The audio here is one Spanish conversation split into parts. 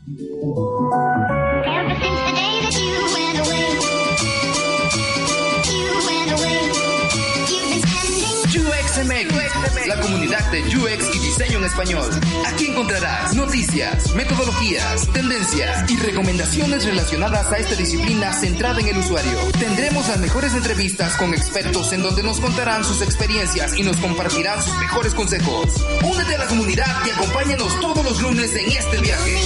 Ever since the day that you went away, you've been spending UXMX, la comunidad de UX y diseño en español. Aquí encontrarás noticias, metodologías, tendencias y recomendaciones relacionadas a esta disciplina centrada en el usuario. Tendremos las mejores entrevistas con expertos en donde nos contarán sus experiencias y nos compartirán sus mejores consejos. Únete a la comunidad y acompáñanos todos los lunes en este viaje.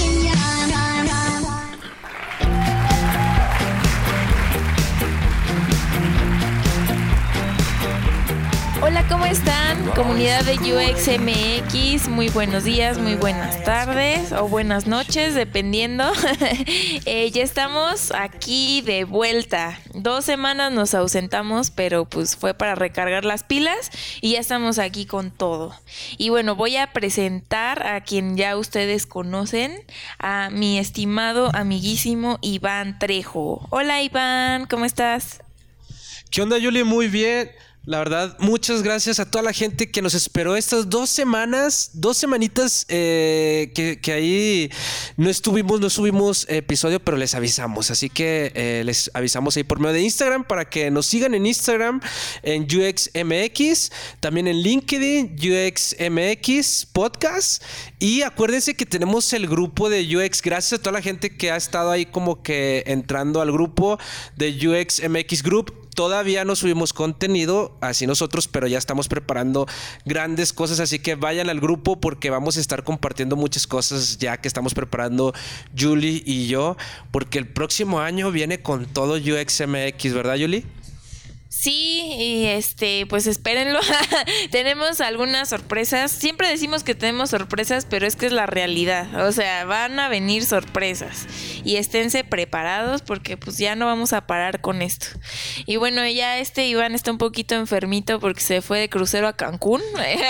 Hola, ¿cómo están? Comunidad de UXMX, muy buenos días, muy buenas tardes o buenas noches, dependiendo. Ya estamos aquí de vuelta. 2 semanas nos ausentamos, pero pues fue para recargar las pilas y ya estamos aquí con todo. Y bueno, voy a presentar a quien ya ustedes conocen, a mi estimado, amiguísimo Iván Trejo. Hola Iván, ¿cómo estás? ¿Qué onda, Yuli? Muy bien. La verdad, muchas gracias a toda la gente que nos esperó estas 2 semanitas que ahí no subimos episodio, pero les avisamos. Así que les avisamos ahí por medio de Instagram para que nos sigan en Instagram, en UXMX, también en LinkedIn, UXMX Podcast. Y acuérdense que tenemos el grupo de UX. Gracias a toda la gente que ha estado ahí como que entrando al grupo de UXMX Group. Todavía no subimos contenido así nosotros, pero ya estamos preparando grandes cosas, así que vayan al grupo porque vamos a estar compartiendo muchas cosas ya que estamos preparando Yuli y yo, porque el próximo año viene con todo UXMX, ¿verdad, Yuli? Sí, y pues espérenlo. Tenemos algunas sorpresas. Siempre decimos que tenemos sorpresas, pero es que es la realidad. O sea, van a venir sorpresas. Y esténse preparados porque pues ya no vamos a parar con esto. Y bueno, ya Iván está un poquito enfermito porque se fue de crucero a Cancún.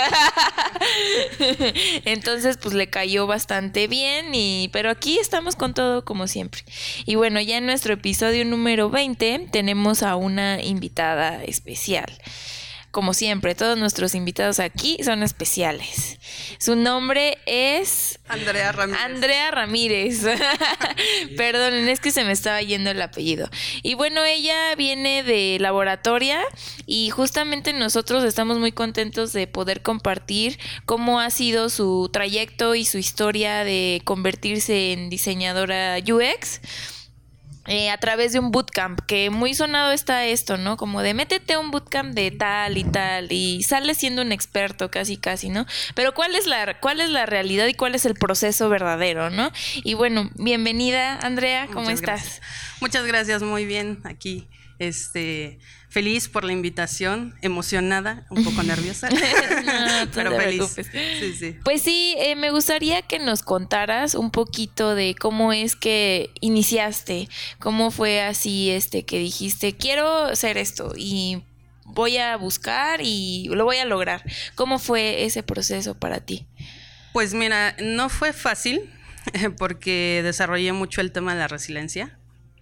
Entonces, pues le cayó bastante bien. Pero aquí estamos con todo como siempre. Y bueno, ya en nuestro episodio número 20 tenemos a una invitada especial. Como siempre, todos nuestros invitados aquí son especiales. Su nombre es Andrea Ramírez. Perdonen, es que se me estaba yendo el apellido. Y bueno, ella viene de Laboratoria y justamente nosotros estamos muy contentos de poder compartir cómo ha sido su trayecto y su historia de convertirse en diseñadora UX. A través de un bootcamp, que muy sonado está esto, ¿no? Como de métete a un bootcamp de tal y sales siendo un experto casi, ¿no? Pero ¿cuál es la realidad y cuál es el proceso verdadero, ¿no? Y bueno, bienvenida, Andrea, ¿cómo estás? Muchas gracias, muy bien, aquí, feliz por la invitación, emocionada, un poco nerviosa, pero feliz. Sí. Pues sí, me gustaría que nos contaras un poquito de cómo es que iniciaste, cómo fue así que dijiste, quiero hacer esto y voy a buscar y lo voy a lograr. ¿Cómo fue ese proceso para ti? Pues mira, no fue fácil porque desarrollé mucho el tema de la resiliencia.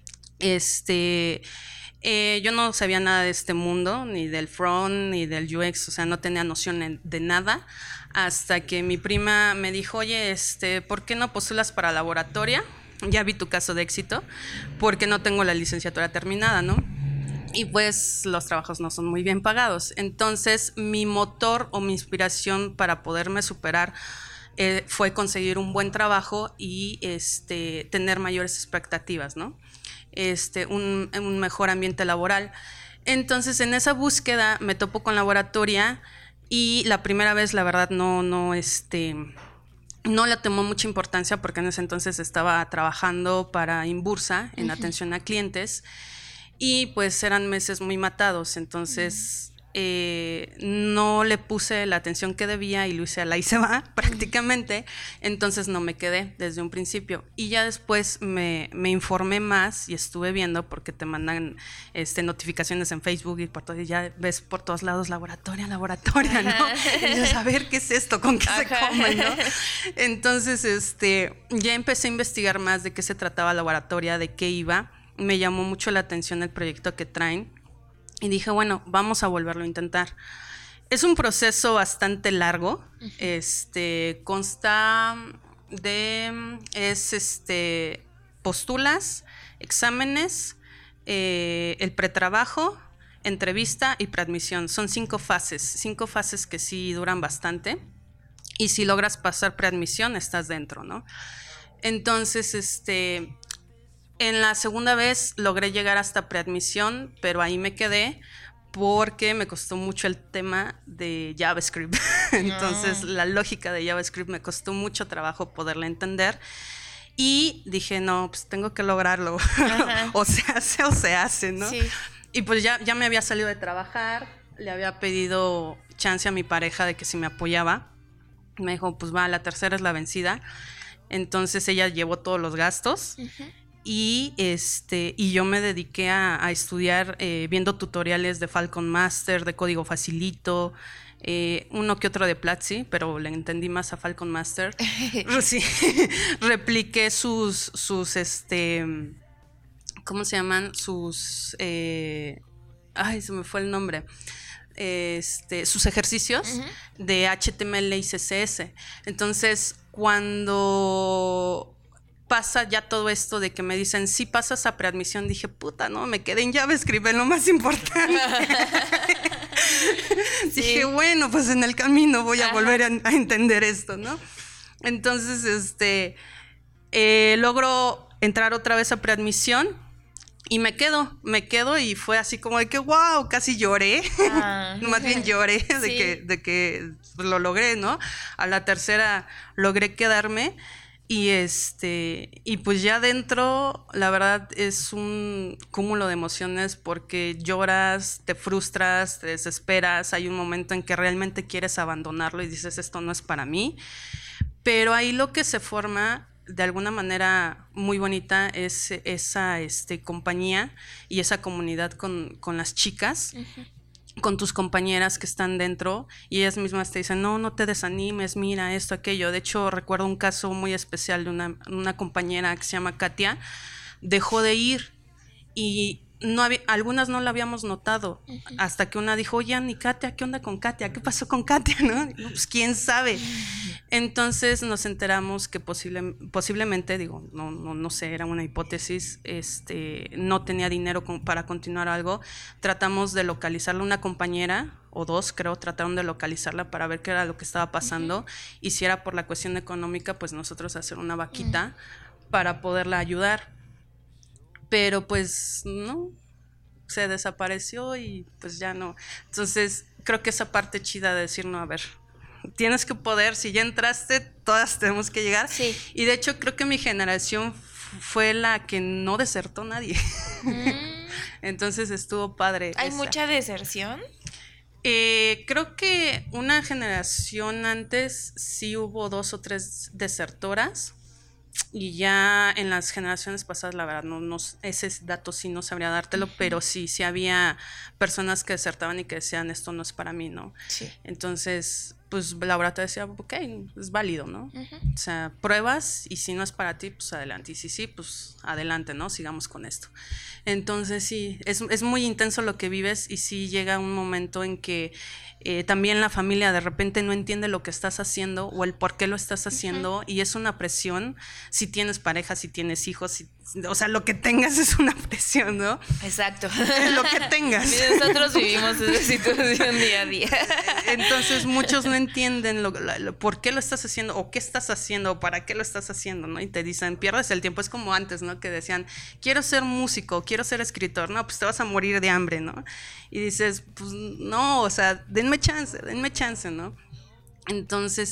Yo no sabía nada de este mundo, ni del front, ni del UX, o sea, no tenía noción de nada, hasta que mi prima me dijo, oye, ¿por qué no postulas para Laboratoria? Ya vi tu caso de éxito, porque no tengo la licenciatura terminada, ¿no? Y pues los trabajos no son muy bien pagados. Entonces, mi motor o mi inspiración para poderme superar fue conseguir un buen trabajo y tener mayores expectativas, ¿no? Un mejor ambiente laboral. Entonces, en esa búsqueda me topo con Laboratoria y la primera vez, la verdad, no le tomó mucha importancia porque en ese entonces estaba trabajando para Inbursa en atención a clientes y pues eran meses muy matados, entonces no le puse la atención que debía y lo hice a la y se va prácticamente, entonces no me quedé desde un principio y ya después me informé más y estuve viendo porque te mandan notificaciones en Facebook y por todo, y ya ves por todos lados Laboratoria, ¿no? Y yo, a ver, ¿qué es esto? ¿Con qué se come, no? Entonces, ya empecé a investigar más de qué se trataba Laboratoria, de qué iba. Me llamó mucho la atención el proyecto que traen y dije, bueno, vamos a volverlo a intentar. Es un proceso bastante largo, consta Es postulas, exámenes, el pretrabajo, entrevista y preadmisión. Son 5 fases que sí duran bastante. Y si logras pasar preadmisión, estás dentro, ¿no? Entonces, en la segunda vez logré llegar hasta preadmisión, pero ahí me quedé porque me costó mucho el tema de JavaScript. Entonces, la lógica de JavaScript me costó mucho trabajo poderla entender. Y dije, no, pues tengo que lograrlo. o se hace, ¿no? Sí. Y pues ya me había salido de trabajar, le había pedido chance a mi pareja de que si me apoyaba. Me dijo, pues va, la tercera es la vencida. Entonces ella llevó todos los gastos. Y yo me dediqué a estudiar viendo tutoriales de Falcon Master, de código facilito, uno que otro de Platzi, pero le entendí más a Falcon Master. Sí. Repliqué sus ¿cómo se llaman? Sus se me fue el nombre. Sus ejercicios de HTML y CSS. Entonces, cuando pasa ya todo esto de que me dicen, sí pasas a preadmisión, dije, puta, no, me quedé en JavaScript, en lo más importante. Sí. Dije, bueno, pues en el camino voy a volver a entender esto, ¿no? Entonces, logro entrar otra vez a preadmisión y me quedo y fue así como de que, wow, casi lloré. Más bien lloré de que lo logré, ¿no? A la tercera logré quedarme. Y pues ya dentro, la verdad, es un cúmulo de emociones porque lloras, te frustras, te desesperas. Hay un momento en que realmente quieres abandonarlo y dices, esto no es para mí. Pero ahí lo que se forma, de alguna manera muy bonita, es esa compañía y esa comunidad con las chicas. Con tus compañeras que están dentro y ellas mismas te dicen, no te desanimes, mira esto, aquello. De hecho, recuerdo un caso muy especial de una compañera que se llama Katia, dejó de ir y algunas no la habíamos notado, hasta que una dijo, oye, Ani, Katia, ¿qué onda con Katia? ¿Qué pasó con Katia? ¿No? No, pues quién sabe. Entonces nos enteramos que posiblemente, digo, no sé, era una hipótesis, no tenía dinero para continuar algo. Tratamos de localizarla, una compañera o dos, creo, trataron de localizarla para ver qué era lo que estaba pasando, y si era por la cuestión económica, pues nosotros hacer una vaquita para poderla ayudar. Pero pues no, se desapareció y pues ya no. Entonces creo que esa parte chida de decir, no, a ver, tienes que poder, si ya entraste, todas tenemos que llegar. Sí. Y de hecho creo que mi generación fue la que no desertó nadie. Entonces estuvo padre. ¿Hay mucha deserción? Creo que una generación antes sí hubo 2 o 3 desertoras. Y ya en las generaciones pasadas, la verdad, no, ese dato sí no sabría dártelo, pero sí había personas que desertaban y que decían, esto no es para mí, ¿no? Sí. Entonces, pues Laura te decía, ok, es válido, ¿no? O sea, pruebas y si no es para ti, pues adelante. Y si sí, pues adelante, ¿no? Sigamos con esto. Entonces, sí, es muy intenso lo que vives y sí llega un momento en que también la familia de repente no entiende lo que estás haciendo o el por qué lo estás haciendo, y es una presión. Si tienes pareja, si tienes hijos, o sea, lo que tengas es una presión, ¿no? Exacto. Lo que tengas. Y nosotros vivimos esa situación día a día. Entonces muchos no entienden por qué lo estás haciendo o qué estás haciendo o para qué lo estás haciendo, ¿no? Y te dicen, pierdes el tiempo. Es como antes, ¿no? Que decían, quiero ser músico, quiero ser escritor. No, pues te vas a morir de hambre, ¿no? Y dices, pues no, o sea, denme chance, ¿no? Entonces,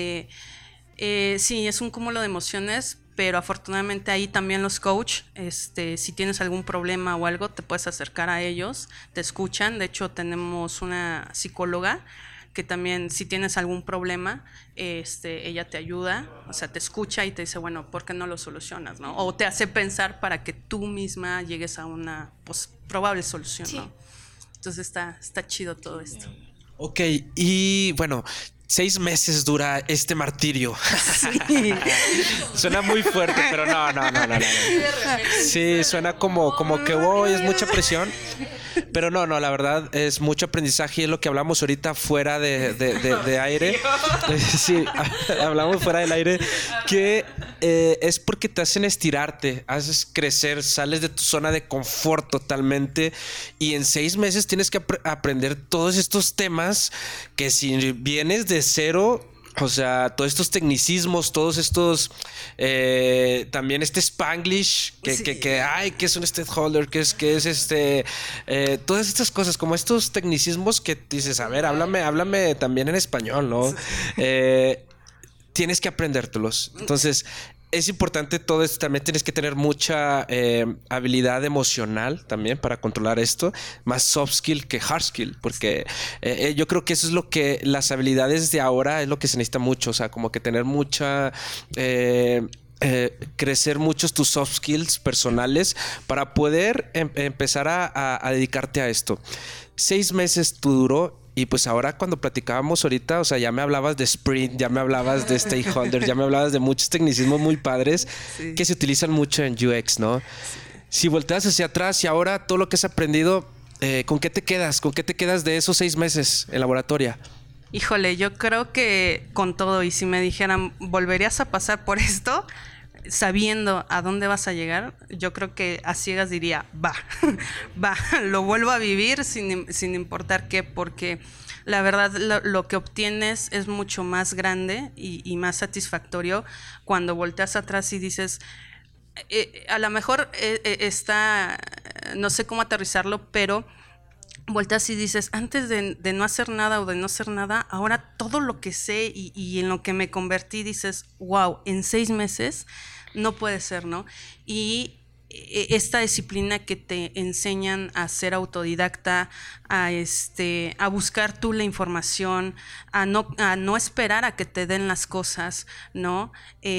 sí, es un cúmulo de emociones, pero afortunadamente ahí también los coach, si tienes algún problema o algo, te puedes acercar a ellos, te escuchan. De hecho, tenemos una psicóloga que también, si tienes algún problema, ella te ayuda, o sea, te escucha y te dice, bueno, ¿por qué no lo solucionas, no? O te hace pensar para que tú misma llegues a una probable solución, sí, ¿no? Entonces está chido todo esto. Ok, y bueno, 6 meses dura este martirio. Sí. Suena muy fuerte, pero no. Sí, suena como que es mucha presión. Pero no, la verdad es mucho aprendizaje y es lo que hablamos ahorita fuera de aire. Sí, hablamos fuera del aire que es porque te hacen estirarte, haces crecer, sales de tu zona de confort totalmente y en 6 meses tienes que aprender todos estos temas que si vienes de cero. O sea, todos estos tecnicismos, todos estos... también este Spanglish, que es un stakeholder, que es todas estas cosas, como estos tecnicismos que dices, a ver, háblame también en español, ¿no? Tienes que aprendértelos. Entonces... Es importante todo esto, también tienes que tener mucha habilidad emocional también para controlar esto, más soft skill que hard skill, porque yo creo que eso es lo que las habilidades de ahora es lo que se necesita mucho, o sea, como que tener mucha... crecer muchos tus soft skills personales para poder empezar a dedicarte a esto. 6 meses tú duró. Y pues ahora cuando platicábamos ahorita, o sea, ya me hablabas de sprint, ya me hablabas de stakeholder, ya me hablabas de muchos tecnicismos muy padres que se utilizan mucho en UX, ¿no? Si volteas hacia atrás y ahora todo lo que has aprendido, ¿con qué te quedas? ¿Con qué te quedas de esos 6 meses en laboratoria? Híjole, yo creo que con todo, y si me dijeran, ¿volverías a pasar por esto? Sabiendo a dónde vas a llegar, yo creo que a ciegas diría, va, lo vuelvo a vivir sin importar qué, porque la verdad lo que obtienes es mucho más grande y más satisfactorio cuando volteas atrás y dices, a lo mejor está, no sé cómo aterrizarlo, pero volteas y dices, antes de no hacer nada o de no ser nada, ahora todo lo que sé y en lo que me convertí, dices, wow, en 6 meses no puede ser, ¿no? Y esta disciplina que te enseñan a ser autodidacta, a buscar tú la información, a no esperar a que te den las cosas, ¿no?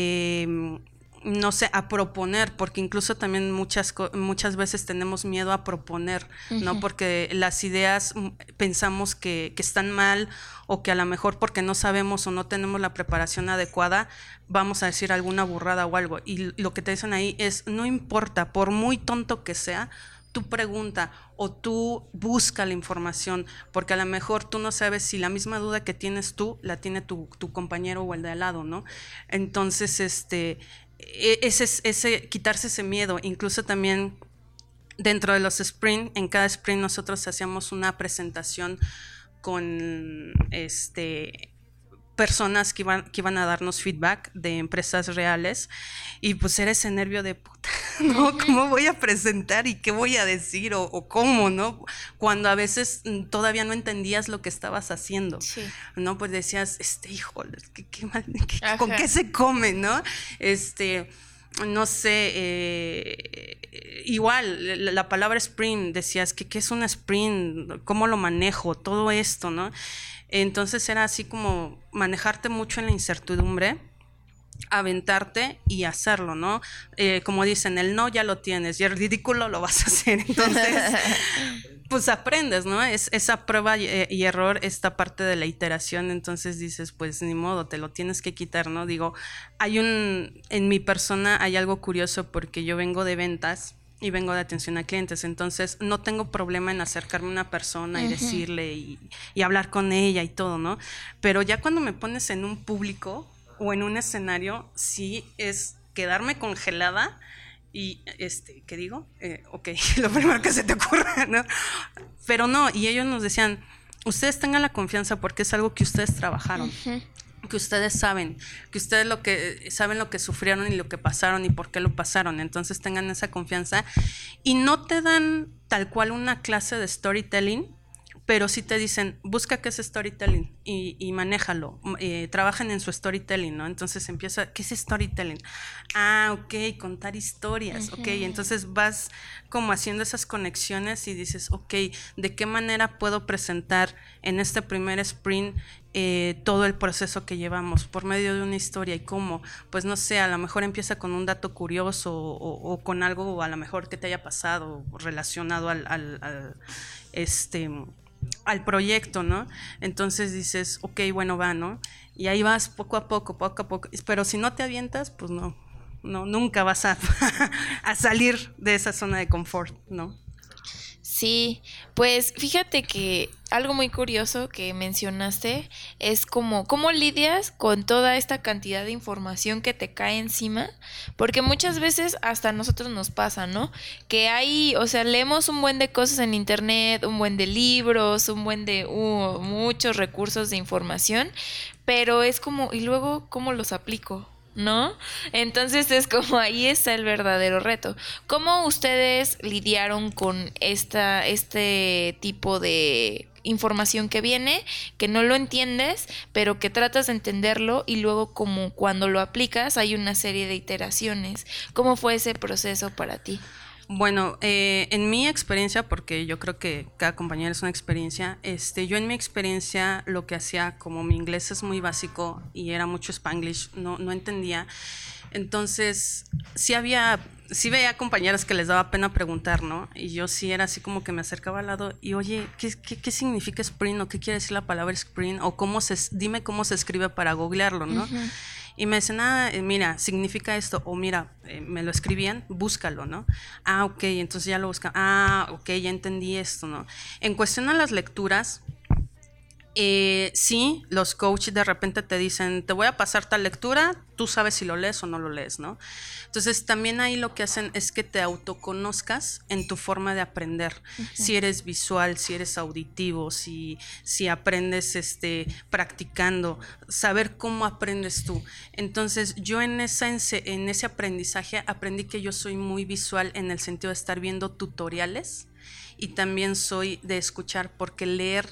No sé, a proponer, porque incluso también muchas veces tenemos miedo a proponer, ¿no? Porque las ideas pensamos que están mal o que a lo mejor porque no sabemos o no tenemos la preparación adecuada, vamos a decir alguna burrada o algo. Y lo que te dicen ahí es, no importa, por muy tonto que sea, tú pregunta o tú busca la información, porque a lo mejor tú no sabes si la misma duda que tienes tú, la tiene tu compañero o el de al lado, ¿no? Entonces, quitarse ese miedo, incluso también dentro de los sprint, en cada sprint nosotros hacíamos una presentación con personas que iban a darnos feedback de empresas reales y pues era ese nervio de puta, ¿no? ¿Cómo voy a presentar y qué voy a decir o cómo, ¿no? Cuando a veces todavía no entendías lo que estabas haciendo, sí. ¿No? Pues decías, híjole, qué mal, ¿con qué se come, no? No sé, igual la palabra sprint, decías que qué es un sprint, cómo lo manejo, todo esto, ¿no? Entonces era así como manejarte mucho en la incertidumbre, aventarte y hacerlo, ¿no? Como dicen, el no ya lo tienes y el ridículo lo vas a hacer, entonces pues aprendes, ¿no? Es esa prueba y error, esta parte de la iteración, entonces dices, pues ni modo, te lo tienes que quitar, ¿no? Digo, en mi persona hay algo curioso porque yo vengo de ventas y vengo de atención a clientes, entonces no tengo problema en acercarme a una persona y decirle y hablar con ella y todo, ¿no? Pero ya cuando me pones en un público o en un escenario, sí es quedarme congelada y, ¿qué digo? Ok, lo primero que se te ocurra, ¿no? Pero no, y ellos nos decían, ustedes tengan la confianza porque es algo que ustedes trabajaron. Que ustedes saben, que ustedes saben lo que sufrieron y lo que pasaron y por qué lo pasaron, entonces tengan esa confianza y no te dan tal cual una clase de storytelling, pero sí te dicen, busca qué es storytelling y manéjalo, trabajen en su storytelling, ¿no? Entonces empieza, ¿qué es storytelling? Ok, contar historias, ok, entonces vas como haciendo esas conexiones y dices, ok, ¿de qué manera puedo presentar en este primer sprint todo el proceso que llevamos por medio de una historia y cómo? Pues no sé, a lo mejor empieza con un dato curioso o con algo a lo mejor que te haya pasado relacionado al proyecto, ¿no? Entonces dices, ok, bueno, va, ¿no? Y ahí vas poco a poco, pero si no te avientas, pues no, nunca vas a salir de esa zona de confort, ¿no? Sí, pues fíjate que algo muy curioso que mencionaste es como cómo lidias con toda esta cantidad de información que te cae encima, porque muchas veces hasta a nosotros nos pasa, ¿no? Que hay, o sea, leemos un buen de cosas en internet, un buen de libros, un buen de muchos recursos de información, pero es como, ¿y luego cómo los aplico? ¿No? Entonces es como ahí está el verdadero reto. ¿Cómo ustedes lidiaron con este tipo de información que viene, que no lo entiendes, pero que tratas de entenderlo y luego como cuando lo aplicas hay una serie de iteraciones? ¿Cómo fue ese proceso para ti? Bueno, en mi experiencia, porque yo creo que cada compañero es una experiencia, yo en mi experiencia lo que hacía, como mi inglés es muy básico y era mucho Spanglish, no entendía. Entonces, sí veía compañeras que les daba pena preguntar, ¿no? Y yo sí era así como que me acercaba al lado y, oye, ¿qué significa sprint? ¿O qué quiere decir la palabra sprint? O dime cómo se escribe para googlearlo, ¿no? Uh-huh. Y me decían, mira, significa esto, o mira, me lo escribían, búscalo, ¿no? Ok, entonces ya lo buscan, ok, ya entendí esto, ¿no? En cuestión a las lecturas, sí, los coaches de repente te dicen, te voy a pasar tal lectura, tú sabes si lo lees o no lo lees, ¿no? Entonces también ahí lo que hacen es que te autoconozcas en tu forma de aprender. Uh-huh. Si eres visual, si eres auditivo, si aprendes practicando, saber cómo aprendes tú. Entonces yo en ese aprendizaje aprendí que yo soy muy visual en el sentido de estar viendo tutoriales y también soy de escuchar, porque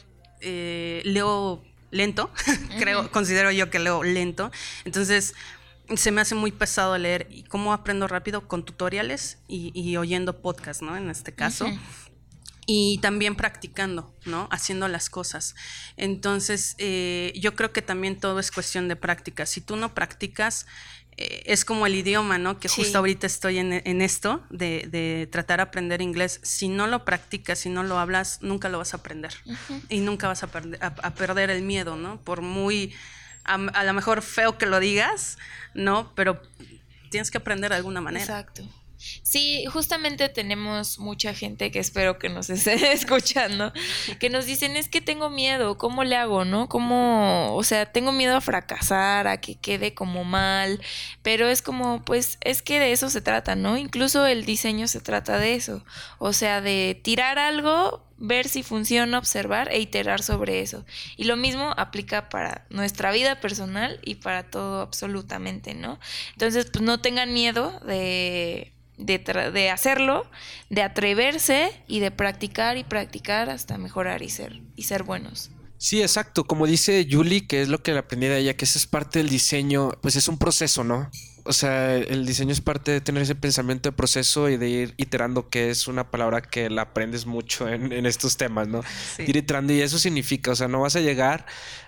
leo lento, considero yo que leo lento, entonces se me hace muy pesado leer. ¿Y cómo aprendo rápido? Con tutoriales y oyendo podcast, ¿no? En este caso. Uh-huh. Y también practicando, ¿no? Haciendo las cosas. Entonces, yo creo que también todo es cuestión de práctica. Si tú no practicas, es como el idioma, ¿no? Que justo ahorita estoy en esto de tratar de aprender inglés. Si no lo practicas, si no lo hablas, nunca lo vas a aprender. Uh-huh. Y nunca vas a perder el miedo, ¿no? Por muy, a lo mejor feo que lo digas, ¿no? Pero tienes que aprender de alguna manera. Exacto. Sí, justamente tenemos mucha gente que espero que nos esté escuchando, que nos dicen, es que tengo miedo, ¿cómo le hago, no? ¿Cómo? O sea, tengo miedo a fracasar, a que quede como mal, pero es como, pues, es que de eso se trata, ¿no? Incluso el diseño se trata de eso, o sea, de tirar algo, ver si funciona, observar e iterar sobre eso. Y lo mismo aplica para nuestra vida personal y para todo absolutamente, ¿no? Entonces, pues no tengan miedo de hacerlo, de atreverse y de practicar y practicar hasta mejorar y ser buenos. Sí, exacto. Como dice Julie, que es lo que le aprendí de ella, que eso es parte del diseño, pues es un proceso, ¿no? O sea, el diseño es parte de tener ese pensamiento de proceso y de ir iterando, que es una palabra que la aprendes mucho en estos temas, ¿no? Sí. Ir iterando, y eso significa, o sea, no vas a llegar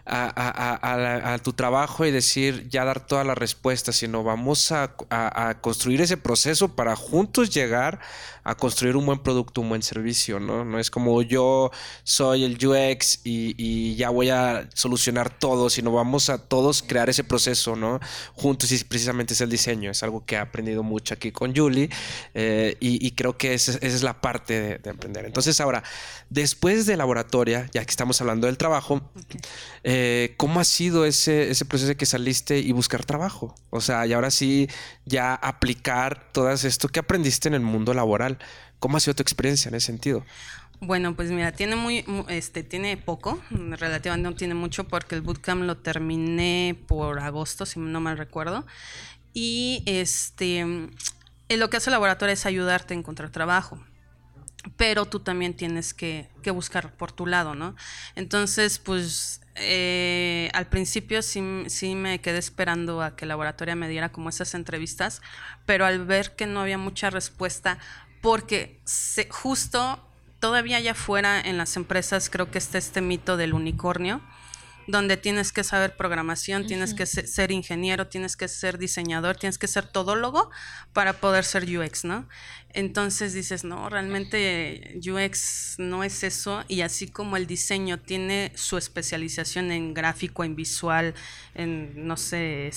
a tu trabajo y decir, ya dar todas las respuestas, sino vamos a construir ese proceso para juntos llegar a construir un buen producto, un buen servicio, ¿no? No es como yo soy el UX y ya voy a solucionar todo, sino vamos a todos crear ese proceso, ¿no? Juntos, y precisamente es el diseño. Es algo que he aprendido mucho aquí con Julie, y creo que esa es la parte de aprender. Entonces ahora, después de laboratoria, ya que estamos hablando del trabajo, ¿cómo ha sido ese proceso de que saliste y buscar trabajo? O sea, y ahora sí ya aplicar todo esto que aprendiste en el mundo laboral. ¿Cómo ha sido tu experiencia en ese sentido? Bueno, pues mira, tiene poco, relativamente no tiene mucho, porque el bootcamp lo terminé por agosto, si no mal recuerdo. Y lo que hace el laboratorio es ayudarte a encontrar trabajo, pero tú también tienes que buscar por tu lado, ¿no? Entonces, pues al principio sí me quedé esperando a que el laboratorio me diera como esas entrevistas, pero al ver que no había mucha respuesta, porque justo todavía allá afuera en las empresas creo que está este mito del unicornio, donde tienes que saber programación, tienes que ser ingeniero, tienes que ser diseñador, tienes que ser todólogo para poder ser UX, ¿no? Entonces dices, no, realmente UX no es eso, y así como el diseño tiene su especialización en gráfico, en visual, en, no sé,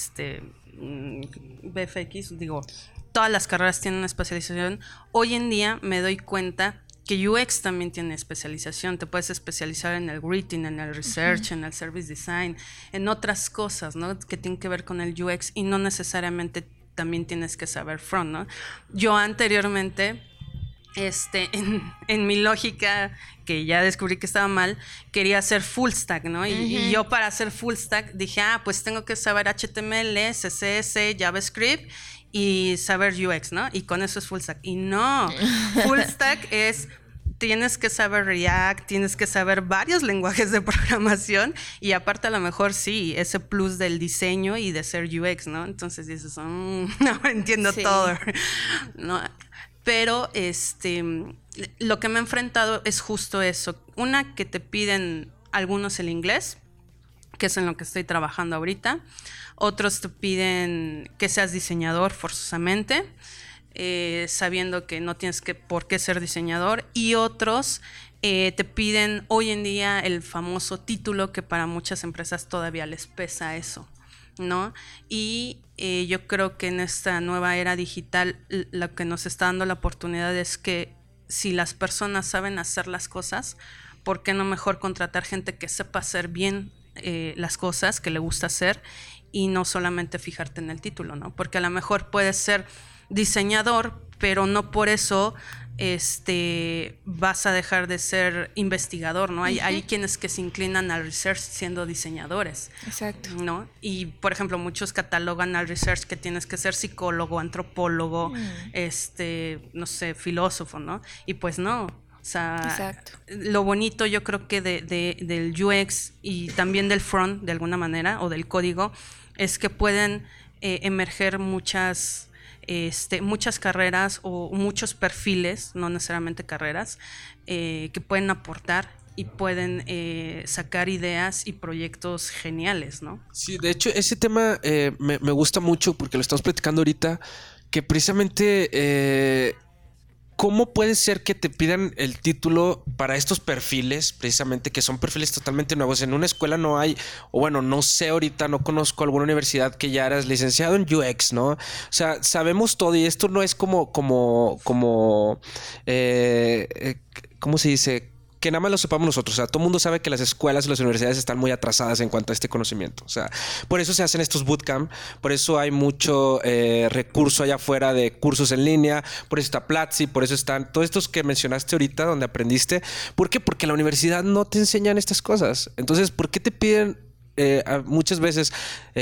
VFX, digo, todas las carreras tienen una especialización. Hoy en día me doy cuenta que UX también tiene especialización. Te puedes especializar en el greeting, en el research, en el service design, en otras cosas, ¿no? Que tienen que ver con el UX y no necesariamente también tienes que saber front, ¿no? Yo anteriormente, en mi lógica, que ya descubrí que estaba mal, quería hacer full stack, ¿no? Y yo para hacer full stack dije, pues tengo que saber HTML, CSS, JavaScript y saber UX, ¿no? Y con eso es full stack. Y no, full stack tienes que saber React, tienes que saber varios lenguajes de programación y aparte a lo mejor sí, ese plus del diseño y de ser UX, ¿no? Entonces dices, no entiendo todo, ¿no? Pero lo que me he enfrentado es justo eso. Una, que te piden algunos el inglés, que es en lo que estoy trabajando ahorita. Otros te piden que seas diseñador forzosamente, sabiendo que no tienes por qué ser diseñador. Y otros te piden hoy en día el famoso título, que para muchas empresas todavía les pesa eso, ¿no? Y yo creo que en esta nueva era digital lo que nos está dando la oportunidad es que si las personas saben hacer las cosas, ¿por qué no mejor contratar gente que sepa hacer bien las cosas que le gusta hacer y no solamente fijarte en el título, ¿no? Porque a lo mejor puedes ser diseñador, pero no por eso vas a dejar de ser investigador, ¿no? Hay quienes que se inclinan al research siendo diseñadores. Exacto. ¿No? Y, por ejemplo, muchos catalogan al research que tienes que ser psicólogo, antropólogo, no sé, filósofo, ¿no? Y pues no. O sea, exacto. Lo bonito yo creo que del UX y también del front, de alguna manera, o del código, es que pueden emerger muchas carreras o muchos perfiles, no necesariamente carreras, que pueden aportar y pueden sacar ideas y proyectos geniales, ¿no? Sí, de hecho, ese tema me gusta mucho porque lo estamos platicando ahorita, que precisamente ¿cómo puede ser que te pidan el título para estos perfiles, precisamente que son perfiles totalmente nuevos? En una escuela no hay, o bueno, no sé ahorita, no conozco alguna universidad que ya eras licenciado en UX, ¿no? O sea, sabemos todo y esto no es como ¿cómo se dice? Que nada más lo sepamos nosotros. O sea, todo el mundo sabe que las escuelas y las universidades están muy atrasadas en cuanto a este conocimiento. O sea, por eso se hacen estos bootcamp, por eso hay mucho recurso allá afuera de cursos en línea, por eso está Platzi, por eso están todos estos que mencionaste ahorita donde aprendiste. ¿Por qué? Porque en la universidad no te enseñan estas cosas. Entonces, ¿por qué te piden muchas veces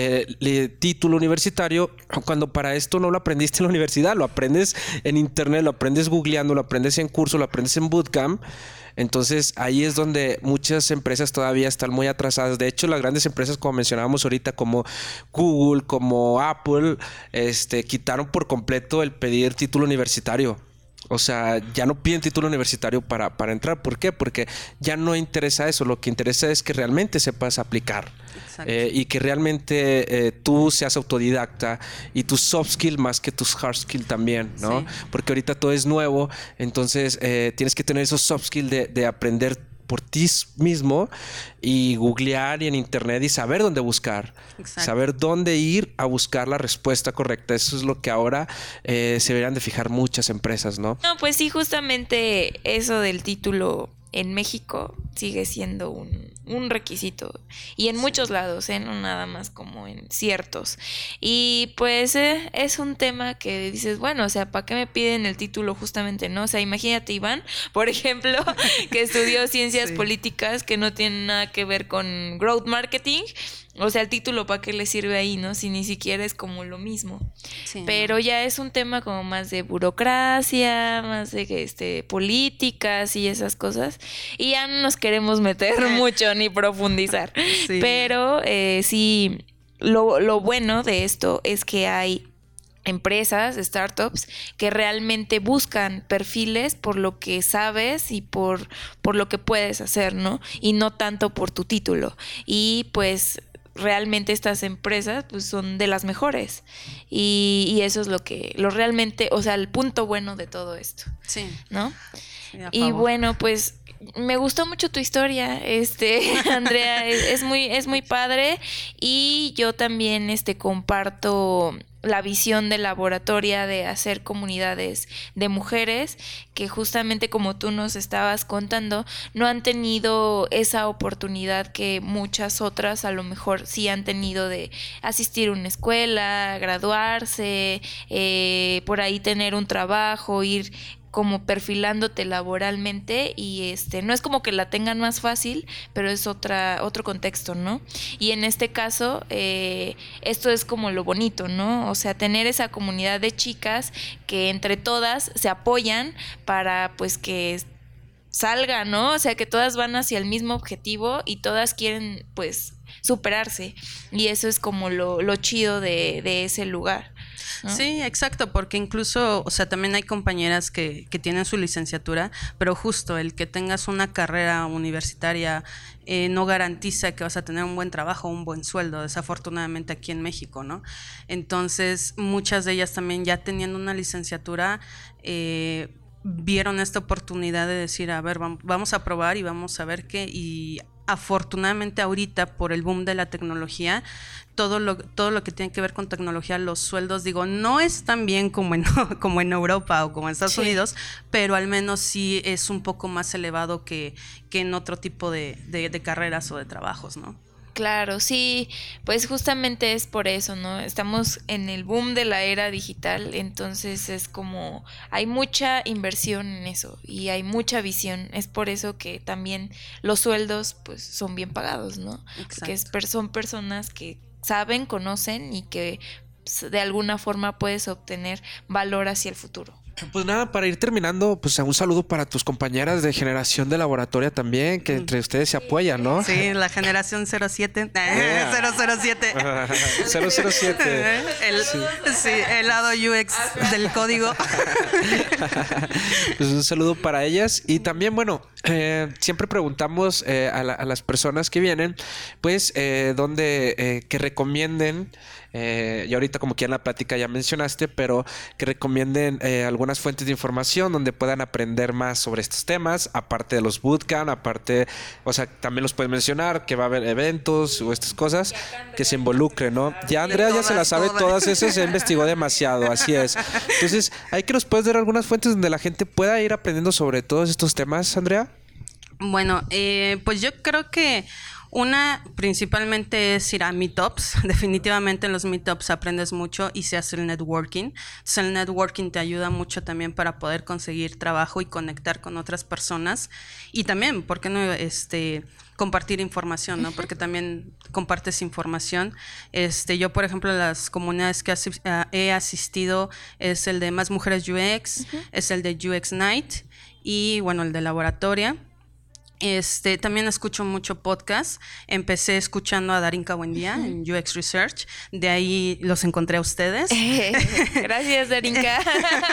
título universitario cuando para esto no lo aprendiste en la universidad? Lo aprendes en internet, lo aprendes googleando, lo aprendes en curso, lo aprendes en bootcamp. Entonces ahí es donde muchas empresas todavía están muy atrasadas. De hecho, las grandes empresas, como mencionábamos ahorita, como Google, como Apple, quitaron por completo el pedir título universitario. O sea, ya no piden título universitario para entrar. ¿Por qué? Porque ya no interesa eso. Lo que interesa es que realmente sepas aplicar. Y que realmente tú seas autodidacta y tus soft skill más que tus hard skill también, ¿no? Sí. Porque ahorita todo es nuevo, entonces tienes que tener esos soft skill de aprender por ti mismo y googlear y en internet y saber dónde buscar. Exacto. Saber dónde ir a buscar la respuesta correcta. Eso es lo que ahora se deberían de fijar muchas empresas, ¿no? No, pues sí, justamente eso del título en México sigue siendo un requisito y en muchos lados, no nada más como en ciertos. Y pues es un tema que dices, bueno, o sea, ¿para qué me piden el título justamente, no? O sea, imagínate Iván, por ejemplo, que estudió ciencias políticas que no tienen nada que ver con growth marketing. O sea, el título, ¿para qué le sirve ahí, no? Si ni siquiera es como lo mismo. Sí, pero ya es un tema como más de burocracia, más de políticas y esas cosas. Y ya no nos queremos meter mucho ni profundizar. Sí. Pero sí, lo bueno de esto es que hay empresas, startups, que realmente buscan perfiles por lo que sabes y por lo que puedes hacer, ¿no? Y no tanto por tu título. Y pues realmente estas empresas pues son de las mejores y eso es lo realmente, o sea, el punto bueno de todo esto. Sí. ¿No? Sí, y bueno, pues Me gustó mucho tu historia, Andrea, es muy padre, y yo también comparto la visión de Laboratoria de hacer comunidades de mujeres que, justamente como tú nos estabas contando, no han tenido esa oportunidad que muchas otras a lo mejor sí han tenido, de asistir a una escuela, graduarse, por ahí tener un trabajo, ir como perfilándote laboralmente, y no es como que la tengan más fácil, pero es otro contexto, ¿no? Y en este caso, esto es como lo bonito, ¿no? O sea, tener esa comunidad de chicas que entre todas se apoyan para, pues, que salga, ¿no? O sea, que todas van hacia el mismo objetivo y todas quieren, pues, superarse, y eso es como lo chido de ese lugar, ¿no? Sí, exacto, porque incluso, o sea, también hay compañeras que tienen su licenciatura, pero justo el que tengas una carrera universitaria no garantiza que vas a tener un buen trabajo, un buen sueldo, desafortunadamente aquí en México, ¿no? Entonces, muchas de ellas también, ya teniendo una licenciatura, vieron esta oportunidad de decir, a ver, vamos a probar y vamos a ver qué. Y afortunadamente ahorita, por el boom de la tecnología, todo lo que tiene que ver con tecnología, los sueldos, digo, no es tan bien como en Europa o como en Estados Unidos, pero al menos sí es un poco más elevado que en otro tipo de carreras o de trabajos, ¿no? Claro, sí, pues justamente es por eso, ¿no? Estamos en el boom de la era digital, entonces es como, hay mucha inversión en eso y hay mucha visión. Es por eso que también los sueldos, pues, son bien pagados, ¿no? Porque son personas que saben, conocen, y que de alguna forma puedes obtener valor hacia el futuro. Pues nada, para ir terminando, pues un saludo para tus compañeras de generación de Laboratoria también, que entre ustedes se apoyan, ¿no? Sí, la generación 07. 007. 007. El lado UX del código. Pues un saludo para ellas. Y también, bueno, siempre preguntamos a las personas que vienen, pues, que recomienden. Y ahorita, como que en la plática ya mencionaste, pero que recomienden algunas fuentes de información donde puedan aprender más sobre estos temas, aparte de los bootcamp, o sea, también los puedes mencionar, que va a haber eventos o estas cosas, que se involucren, ¿no? Ya Andrea ya se las sabe todas esas, se investigó demasiado, así es. Entonces, ¿hay que nos puedes dar algunas fuentes donde la gente pueda ir aprendiendo sobre todos estos temas, Andrea? Bueno, pues yo creo que una principalmente es ir a meetups. Definitivamente en los meetups aprendes mucho y se hace el networking. Entonces el networking te ayuda mucho también para poder conseguir trabajo y conectar con otras personas. Y también, ¿por qué no compartir información, ¿no? Porque también compartes información. Yo, por ejemplo, las comunidades que he asistido es el de Más Mujeres UX, es el de UX Night y, bueno, el de Laboratoria. También escucho mucho podcast. Empecé escuchando a Darinka Buendía en UX Research. De ahí los encontré a ustedes. Gracias, Darinka.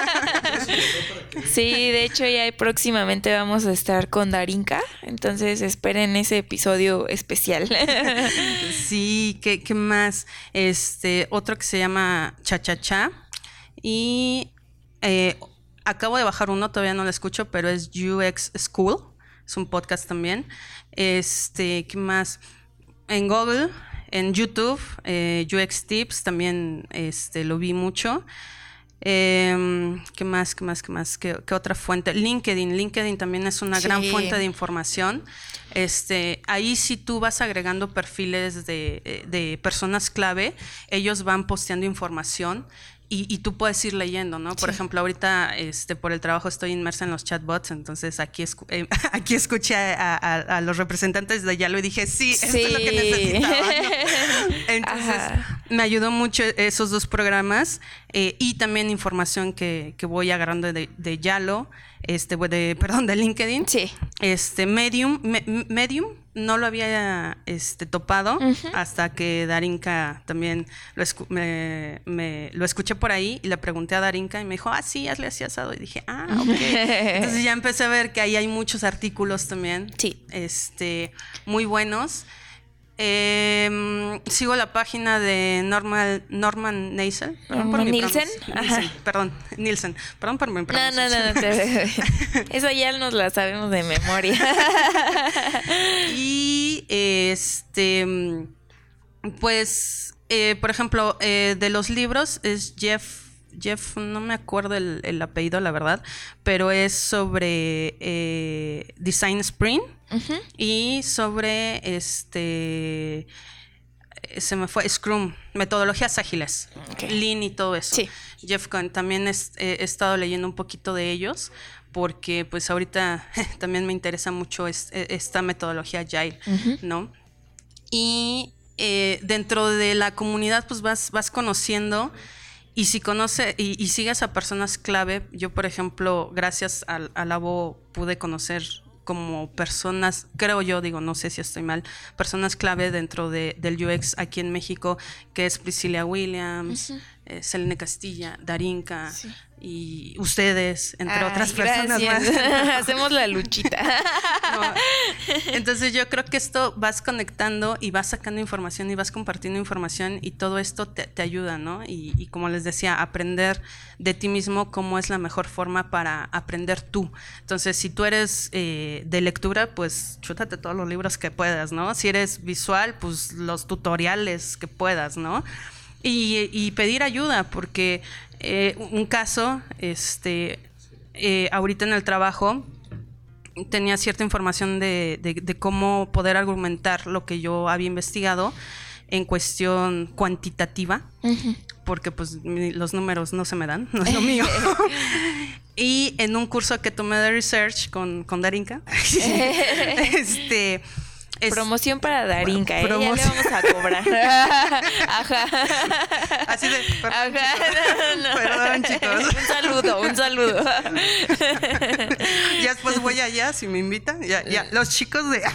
Sí, de hecho ya próximamente vamos a estar con Darinka. Entonces esperen ese episodio especial. Sí, ¿qué más? Otro que se llama Cha Cha Cha. Y acabo de bajar uno, todavía no lo escucho, pero es UX School. Es un podcast también. ¿Qué más? En Google, en YouTube, UX Tips también lo vi mucho. ¿Qué más? ¿Qué otra fuente? LinkedIn también es una gran fuente de información. Ahí si tú vas agregando perfiles de personas clave, ellos van posteando información. Y tú puedes ir leyendo, ¿no? Por ejemplo, ahorita por el trabajo estoy inmersa en los chatbots, entonces aquí escuché a los representantes de Yalo y dije, sí, esto es lo que necesitaba, ¿no? Entonces, me ayudó mucho esos dos programas y también información que voy agarrando de Yalo, de LinkedIn. Sí. Medium no lo había topado hasta que Darinka también lo escuché por ahí y le pregunté a Darinka y me dijo, sí, hazle así asado. Y dije, ok. Entonces ya empecé a ver que ahí hay muchos artículos también. Sí. Muy buenos. Sigo la página de Norman Nielsen. Nielsen. Ajá. Nielsen. Perdón por mi No, pronunciación. eso ya nos la sabemos de memoria. Y pues, por ejemplo, de los libros es Jeff, no me acuerdo el apellido, la verdad, pero es sobre Design Sprint. Uh-huh. Y sobre se me fue Scrum, metodologías ágiles, okay. Lean y todo eso. Sí. Jeff Cohn, también he estado leyendo un poquito de ellos porque pues ahorita también me interesa mucho esta metodología Agile, uh-huh. ¿no? Y dentro de la comunidad pues vas conociendo. Y si conoce y sigues a personas clave, yo por ejemplo, gracias a Labo pude conocer como personas, creo yo, digo, no sé si estoy mal, personas clave dentro del UX aquí en México, que es Priscilla Williams, uh-huh. Selene Castilla, Darinka, sí. Y ustedes, entre otras personas más. Hacemos la luchita. No. Entonces yo creo que esto vas conectando y vas sacando información y vas compartiendo información y todo esto te ayuda, ¿no? Y como les decía, aprender de ti mismo cómo es la mejor forma para aprender tú. Entonces si tú eres de lectura, pues chútate todos los libros que puedas, ¿no? Si eres visual, pues los tutoriales que puedas, ¿no? Y pedir ayuda, porque un caso, ahorita en el trabajo tenía cierta información de cómo poder argumentar lo que yo había investigado en cuestión cuantitativa, uh-huh. Porque pues los números no se me dan, no es lo mío. Y en un curso que tomé de research con Darinka, promoción para Darinka, ya le vamos a cobrar. Ajá. Así de... Ajá. Perdón, chicos. Un saludo. Ya después voy allá, si me invitan. Ya. Los chicos de...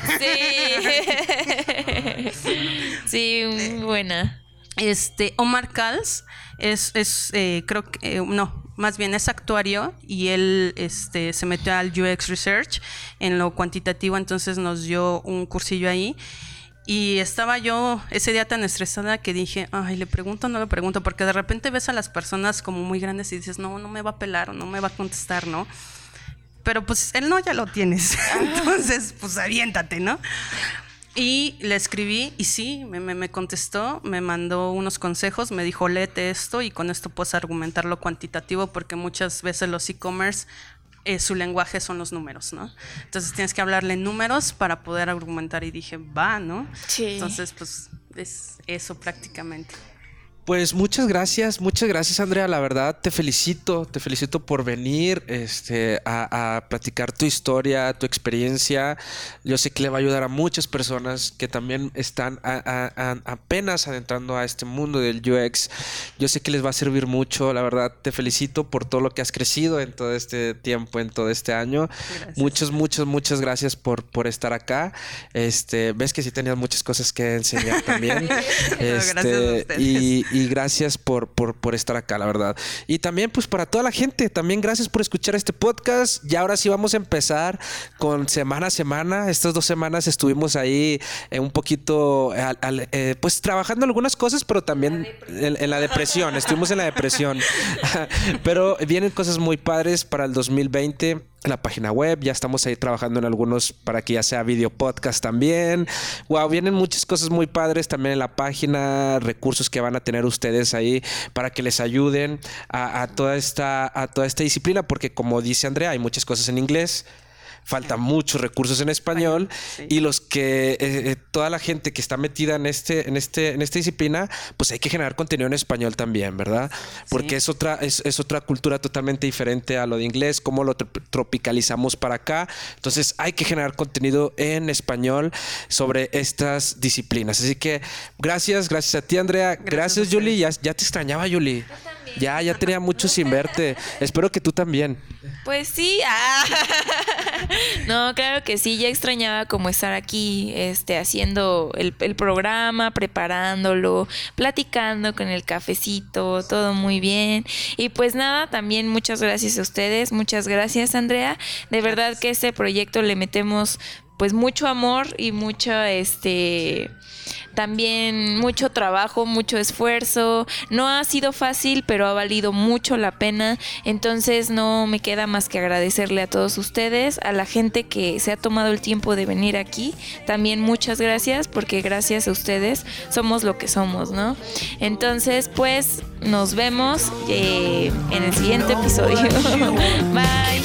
Sí, muy buena. Omar Kals creo que... no, más bien es actuario y él se metió al UX Research en lo cuantitativo, entonces nos dio un cursillo ahí y estaba yo ese día tan estresada que dije, ay, ¿le pregunto o no le pregunto? Porque de repente ves a las personas como muy grandes y dices, no me va a pelar o no me va a contestar, ¿no? Pero pues el no ya lo tienes, entonces pues aviéntate, ¿no? Y le escribí y sí, me contestó, me mandó unos consejos, me dijo, léete esto y con esto puedes argumentar lo cuantitativo porque muchas veces los e-commerce, su lenguaje son los números, ¿no? Entonces tienes que hablarle números para poder argumentar y dije, va, ¿no? Sí. Entonces, pues es eso prácticamente. Pues muchas gracias Andrea, la verdad te felicito por venir a platicar tu historia, tu experiencia. Yo sé que le va a ayudar a muchas personas que también están apenas adentrando a este mundo del UX. Yo sé que les va a servir mucho, la verdad te felicito por todo lo que has crecido en todo este tiempo, en todo este año. Gracias. Muchas gracias por estar acá. Ves que sí tenías muchas cosas que enseñar también. Gracias a ustedes. Y gracias por estar acá, la verdad. Y también pues para toda la gente, también gracias por escuchar este podcast. Y ahora sí vamos a empezar con semana a semana. Estas 2 semanas estuvimos ahí un poquito pues trabajando algunas cosas, pero también en la depresión. Estuvimos en la depresión. Pero vienen cosas muy padres para el 2020. La página web, ya estamos ahí trabajando en algunos para que ya sea video podcast también. Wow, vienen muchas cosas muy padres también en la página, recursos que van a tener ustedes ahí para que les ayuden a toda esta disciplina, porque como dice Andrea, hay muchas cosas en inglés. Faltan muchos recursos en español, sí. Y los que toda la gente que está metida en esta disciplina, pues hay que generar contenido en español también, ¿verdad? Porque sí. es otra cultura totalmente diferente a lo de inglés, cómo lo tropicalizamos para acá. Entonces hay que generar contenido en español sobre estas disciplinas. Así que gracias a ti, Andrea. Gracias Julie. Ya te extrañaba, Julie. Ya tenía mucho sin verte. Espero que tú también. Pues sí. No, claro que sí. Ya extrañaba como estar aquí haciendo el programa, preparándolo, platicando con el cafecito, todo muy bien. Y pues nada, también muchas gracias a ustedes. Muchas gracias, Andrea. De verdad que este proyecto le metemos pues mucho amor y mucho también mucho trabajo, mucho esfuerzo. No ha sido fácil, pero ha valido mucho la pena. Entonces no me queda más que agradecerle a todos ustedes, a la gente que se ha tomado el tiempo de venir aquí. También muchas gracias, porque gracias a ustedes somos lo que somos, ¿no? Entonces, pues nos vemos en el siguiente episodio. Bye.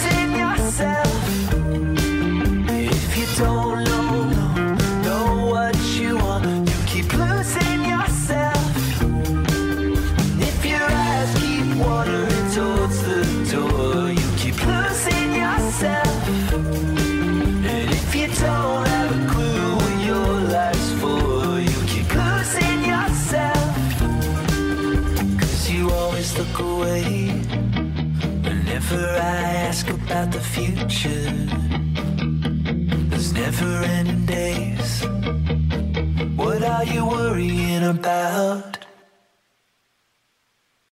Whenever I ask about the future, there's never ending days. What are you worrying about?